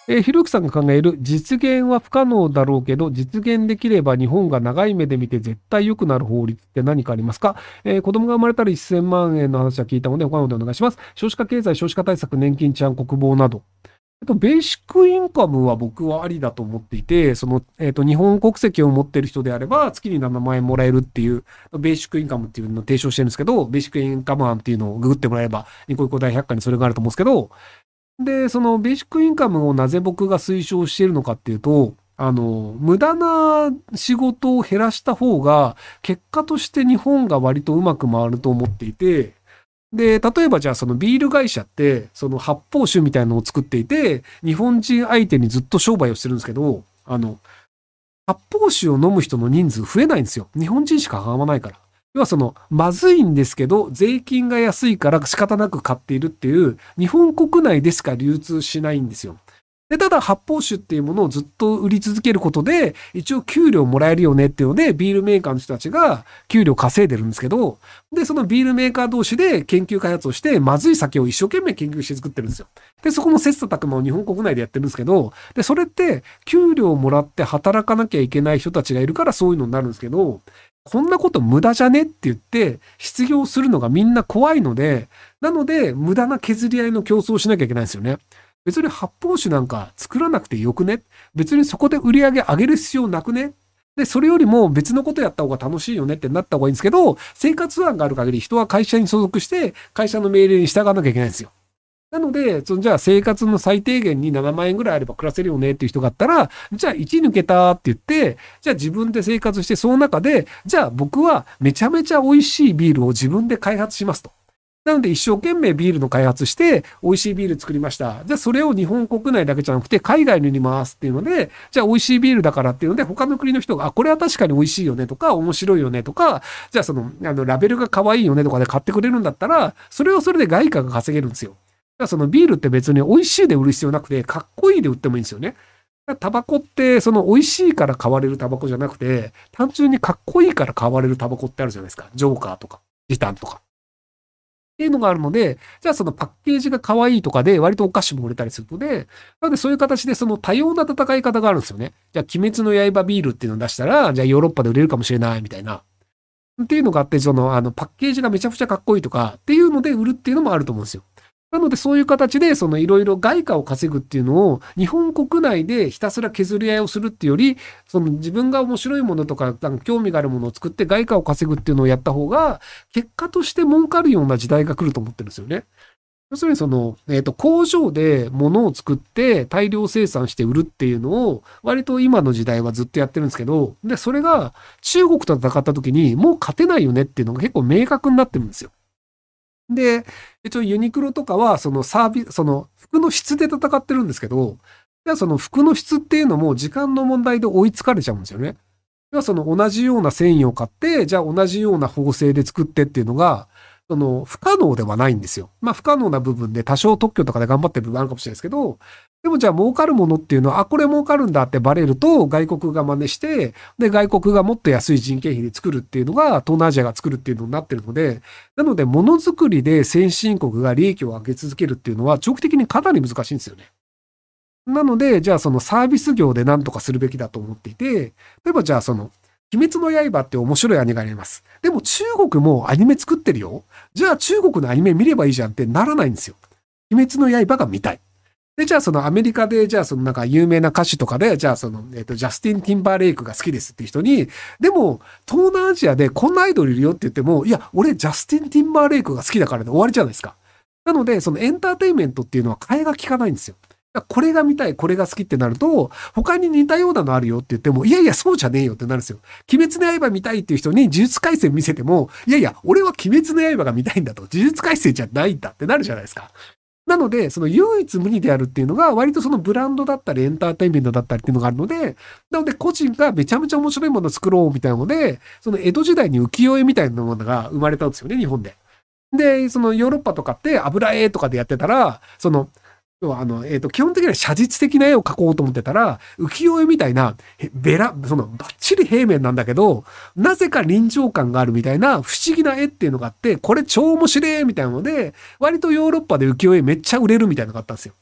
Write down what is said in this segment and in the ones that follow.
ひろゆきさんが考える実現は不可能だろうけど、実現できれば日本が長い目で見て絶対良くなる法律って何かありますか？子供が生まれたら1000万円の話は聞いたので、他のでお願いします。少子化経済、少子化対策、年金、治安、国防など。ベーシックインカムは僕はありだと思っていて、日本国籍を持っている人であれば、月に7万円もらえるっていう、ベーシックインカムっていうのを提唱してるんですけど、ベーシックインカム案っていうのをググってもらえば、ニコニコ大百科にそれがあると思うんですけど、で、そのベーシックインカムをなぜ僕が推奨しているのかっていうと、無駄な仕事を減らした方が、結果として日本が割とうまく回ると思っていて、で、例えばじゃあそのビール会社って、その発泡酒みたいなのを作っていて、日本人相手にずっと商売をしてるんですけど、発泡酒を飲む人の人数増えないんですよ。日本人しか買わないから。要はまずいんですけど、税金が安いから仕方なく買っているっていう、日本国内でしか流通しないんですよ。で、ただ発泡酒っていうものをずっと売り続けることで、一応給料もらえるよねっていうので、ビールメーカーの人たちが給料稼いでるんですけど、で、そのビールメーカー同士で研究開発をして、まずい酒を一生懸命研究して作ってるんですよ。で、そこの切磋琢磨を日本国内でやってるんですけど、で、それって給料をもらって働かなきゃいけない人たちがいるからそういうのになるんですけど、こんなこと無駄じゃねって言って失業するのがみんな怖いので、なので無駄な削り合いの競争をしなきゃいけないんですよね。別に発泡酒なんか作らなくてよくね？別にそこで売り上げ上げる必要なくね？で、それよりも別のことやった方が楽しいよねってなった方がいいんですけど、生活安がある限り人は会社に所属して会社の命令に従わなきゃいけないんですよ。なので、じゃあ生活の最低限に7万円ぐらいあれば暮らせるよねっていう人があったら、じゃあ1抜けたって言って、じゃあ自分で生活して、その中で、じゃあ僕はめちゃめちゃ美味しいビールを自分で開発しますと。なので一生懸命ビールの開発して、美味しいビール作りました。じゃあそれを日本国内だけじゃなくて海外に売りますっていうので、じゃあ美味しいビールだからっていうので、他の国の人が、あ、これは確かに美味しいよねとか、面白いよねとか、じゃあラベルが可愛いよねとかで買ってくれるんだったら、それをそれで外貨が稼げるんですよ。だからそのビールって別に美味しいで売る必要なくて、かっこいいで売ってもいいんですよね。タバコってその美味しいから買われるタバコじゃなくて、単純にかっこいいから買われるタバコってあるじゃないですか。ジョーカーとか、ギタンとか。っていうのがあるので、じゃあそのパッケージが可愛いとかで割とお菓子も売れたりするので、なのでそういう形でその多様な戦い方があるんですよね。じゃあ鬼滅の刃ビールっていうのを出したら、じゃあヨーロッパで売れるかもしれないみたいな。っていうのがあって、パッケージがめちゃくちゃかっこいいとかっていうので売るっていうのもあると思うんですよ。なのでそういう形でいろいろ外貨を稼ぐっていうのを日本国内でひたすら削り合いをするっていうより、自分が面白いものとか興味があるものを作って外貨を稼ぐっていうのをやった方が結果として儲かるような時代が来ると思ってるんですよね。要するに工場で物を作って大量生産して売るっていうのを割と今の時代はずっとやってるんですけど、で、それが中国と戦った時にもう勝てないよねっていうのが結構明確になってるんですよ。で、一応ユニクロとかはその服の質で戦ってるんですけど、じゃあその服の質っていうのも時間の問題で追いつかれちゃうんですよね。ではその同じような繊維を買って、じゃあ同じような縫製で作ってっていうのが、不可能ではないんですよ。まあ不可能な部分で多少特許とかで頑張ってる部分あるかもしれないですけど、でもじゃあ儲かるものっていうのは、あ、これ儲かるんだってバレると外国が真似して、で、外国がもっと安い人件費で作るっていうのが、東南アジアが作るっていうのになってるので、なので、ものづくりで先進国が利益を上げ続けるっていうのは、長期的にかなり難しいんですよね。なので、じゃあそのサービス業で何とかするべきだと思っていて、例えばじゃあ鬼滅の刃って面白いアニメがあります。でも中国もアニメ作ってるよ。じゃあ中国のアニメ見ればいいじゃんってならないんですよ。鬼滅の刃が見たい。で、じゃあアメリカで、じゃあなんか有名な歌手とかで、じゃあジャスティン・ティンバーレイクが好きですっていう人に、でも、東南アジアでこんなアイドルいるよって言っても、いや、俺ジャスティン・ティンバーレイクが好きだからで終わりじゃないですか。なので、そのエンターテインメントっていうのは替えが利かないんですよ。これが見たい、これが好きってなると、他に似たようなのあるよって言っても、いやいや、そうじゃねえよってなるんですよ。鬼滅の刃見たいっていう人に呪術廻戦見せても、いやいや、俺は鬼滅の刃が見たいんだと、呪術廻戦じゃないんだってなるじゃないですか。なので、その唯一無二であるっていうのが、割とそのブランドだったり、エンターテインメントだったりっていうのがあるので、なので個人がめちゃめちゃ面白いものを作ろうみたいなので、その江戸時代に浮世絵みたいなものが生まれたんですよね、日本で。で、そのヨーロッパとかって油絵とかでやってたら、要は基本的には写実的な絵を描こうと思ってたら、浮世絵みたいな、バッチリ平面なんだけど、なぜか臨場感があるみたいな不思議な絵っていうのがあって、これ超面白いみたいなので、割とヨーロッパで浮世絵めっちゃ売れるみたいなのがあったんですよ。で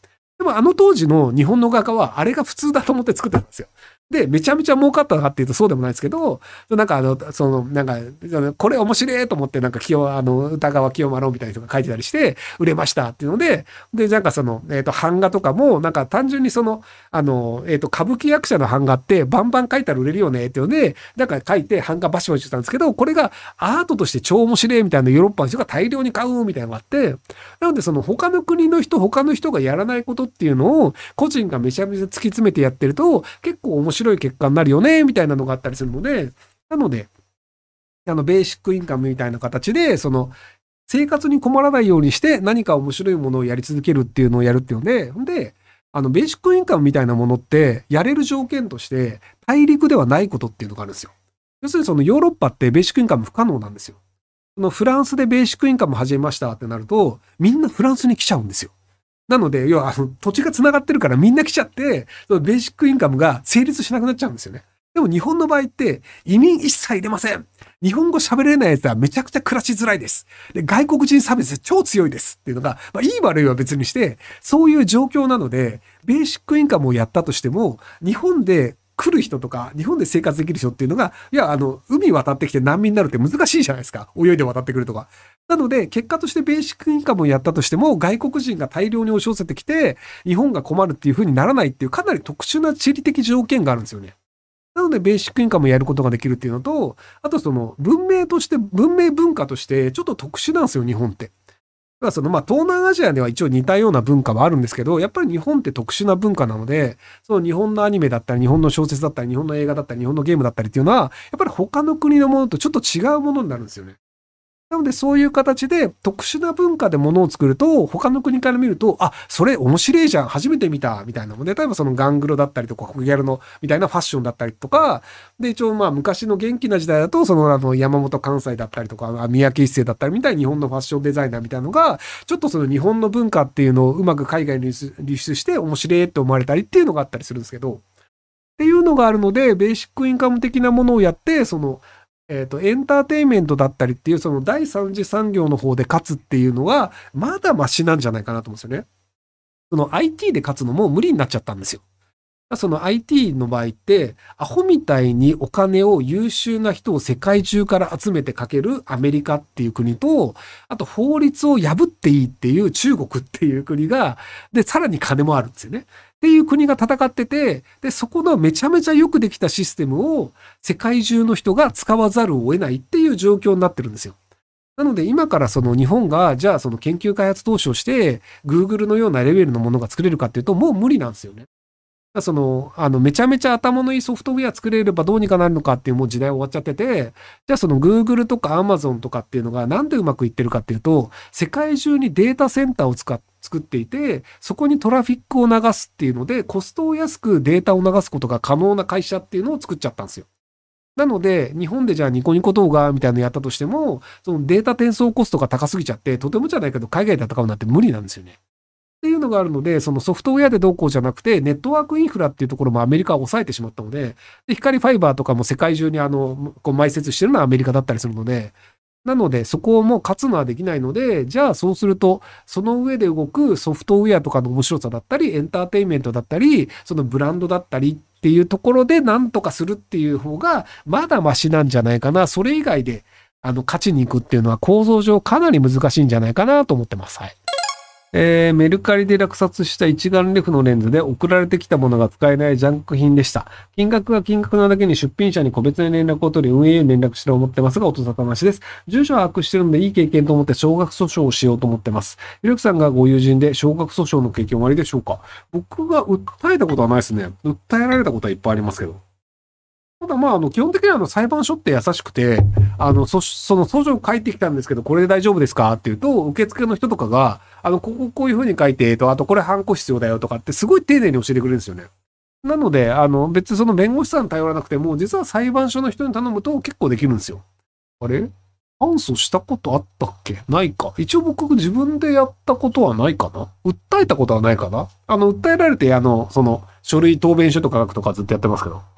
でもあの当時の日本の画家はあれが普通だと思って作ってたんですよ。で、めちゃめちゃ儲かったかっていうとそうでもないですけど、なんかこれ面白いと思ってなんか歌川清丸みたいな人が書いてたりして売れましたっていうので、なんか版画とかもなんか単純に歌舞伎役者の版画ってバンバン書いたら売れるよねっていうので、だから書いて版画バシバシしたんですけど、これがアートとして超面白いみたいなヨーロッパの人が大量に買うみたいなのがあって、なので他の国の人、他の人がやらないことっていうのを個人がめちゃめちゃ突き詰めてやってると結構面白い結果になるよねみたいなのがあったりするので、なのでベーシックインカムみたいな形で生活に困らないようにして何か面白いものをやり続けるっていうのをやるっていうので、ベーシックインカムみたいなものってやれる条件として大陸ではないことっていうのがあるんですよ。要するにヨーロッパってベーシックインカム不可能なんですよ。フランスでベーシックインカム始めましたってなると、みんなフランスに来ちゃうんですよ。なので、要は土地が繋がってるからみんな来ちゃって、そのベーシックインカムが成立しなくなっちゃうんですよね。でも日本の場合って移民一切入れません。日本語喋れないやつはめちゃくちゃ暮らしづらいです。で、外国人差別超強いですっていうのが、いい悪いは別にして、そういう状況なので、ベーシックインカムをやったとしても、日本で来る人とか、日本で生活できる人っていうのが、海渡ってきて難民になるって難しいじゃないですか。泳いで渡ってくるとか。なので、結果としてベーシックインカムをやったとしても、外国人が大量に押し寄せてきて、日本が困るっていう風にならないっていう、かなり特殊な地理的条件があるんですよね。なので、ベーシックインカムをやることができるっていうのと、あと文明文化として、ちょっと特殊なんですよ、日本って。東南アジアでは一応似たような文化はあるんですけど、やっぱり日本って特殊な文化なので、日本のアニメだったり、日本の小説だったり、日本の映画だったり、日本のゲームだったりっていうのは、やっぱり他の国のものとちょっと違うものになるんですよね。なのでそういう形で特殊な文化でものを作ると、他の国から見ると、それ面白いじゃん、初めて見た、みたいなので、例えばガングロだったりとか、コギャルのみたいなファッションだったりとか、で、一応昔の元気な時代だと、山本関西だったりとか、三宅一生だったりみたいな日本のファッションデザイナーみたいなのが、ちょっと日本の文化っていうのをうまく海外に流出して面白いって思われたりっていうのがあったりするんですけど、っていうのがあるので、ベーシックインカム的なものをやって、エンターテインメントだったりっていう第三次産業の方で勝つっていうのはまだマシなんじゃないかなと思うんですよね。IT で勝つのも無理になっちゃったんですよ。IT の場合ってアホみたいにお金を優秀な人を世界中から集めてかけるアメリカっていう国と、あと法律を破っていいっていう中国っていう国が、で、さらに金もあるんですよね。っていう国が戦ってて、で、そこのめちゃめちゃよくできたシステムを世界中の人が使わざるを得ないっていう状況になってるんですよ。なので今から日本がじゃあ研究開発投資をして Google のようなレベルのものが作れるかっていうともう無理なんですよね。めちゃめちゃ頭のいいソフトウェア作れればどうにかなるのかっていうもう時代終わっちゃってて、じゃあGoogle とか Amazon とかっていうのがなんでうまくいってるかっていうと、世界中にデータセンターを作っていて、そこにトラフィックを流すっていうので、コストを安くデータを流すことが可能な会社っていうのを作っちゃったんですよ。なので、日本でじゃあニコニコ動画みたいなのやったとしても、データ転送コストが高すぎちゃって、とてもじゃないけど海外で戦うなんて無理なんですよね。っていうのがあるので、ソフトウェアでどうこうじゃなくて、ネットワークインフラっていうところもアメリカは抑えてしまったので、光ファイバーとかも世界中に埋設してるのはアメリカだったりするので、なのでそこをもう勝つのはできないので、じゃあそうすると、その上で動くソフトウェアとかの面白さだったり、エンターテインメントだったり、ブランドだったりっていうところで何とかするっていう方が、まだマシなんじゃないかな。それ以外で、勝ちに行くっていうのは構造上かなり難しいんじゃないかなと思ってます。はい。メルカリで落札した一眼レフのレンズで送られてきたものが使えないジャンク品でした。金額が金額なだけに出品者に個別に連絡を取り運営に連絡して思ってますが、音沙汰なしです。住所は把握してるのでいい経験と思って少額訴訟をしようと思ってます。ひろきさんがご友人で少額訴訟の経験はありでしょうか？僕が訴えたことはないですね。訴えられたことはいっぱいありますけど。ただ基本的には裁判所って優しくて、その訴状書いてきたんですけど、これで大丈夫ですかって言うと、受付の人とかが、こういう風に書いて、あとこれハンコ必要だよとかってすごい丁寧に教えてくれるんですよね。なので、別に弁護士さん頼らなくても、実は裁判所の人に頼むと結構できるんですよ。あれ？反訴したことあったっけ？ないか。一応僕自分でやったことはないかな？訴えたことはないかな？訴えられて、書類答弁書とか書くとかずっとやってますけど。